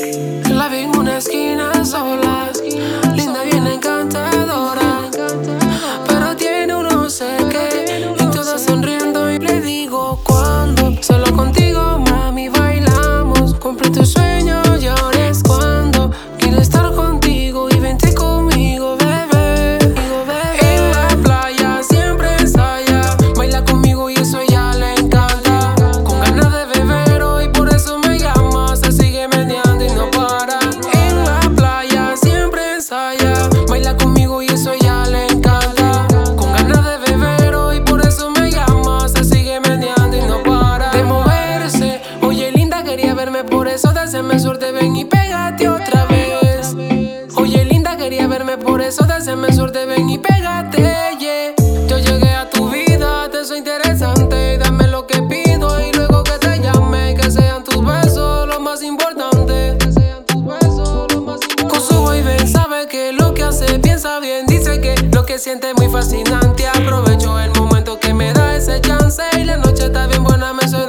La vi en una esquina sola, linda, bien encantadora, pero tiene un no sé qué, y toda sonriendo y le digo cuando solo contigo, mami, bailamos. Cumple tus sueños y ahora es cuando quiero estar contigo y vente conmigo, bebé. En la playa siempre ensaya, baila conmigo y eso ya le encanta. Con ganas de beber hoy, por eso me llama, se sigue meneando y no para. En la playa siempre ensaya, baila conmigo y eso ya le encanta. Con ganas de beber hoy, por eso me llama, se sigue meneando y no para de moverse. Oye, linda, quería verme, por eso dáseme suerte, ven y pégate otra vez. Oye, linda, quería verme, por eso dáseme suerte, ven y pégate, yeah. Yo llegué a tu vida, te soy interesante, dame lo que pido y luego que te llame, que sean tus besos lo más importante. Con su baby sabe que lo que hace piensa bien, dice que lo que siente es muy fascinante. Aprovecho el momento que me da ese chance y la noche está bien buena, me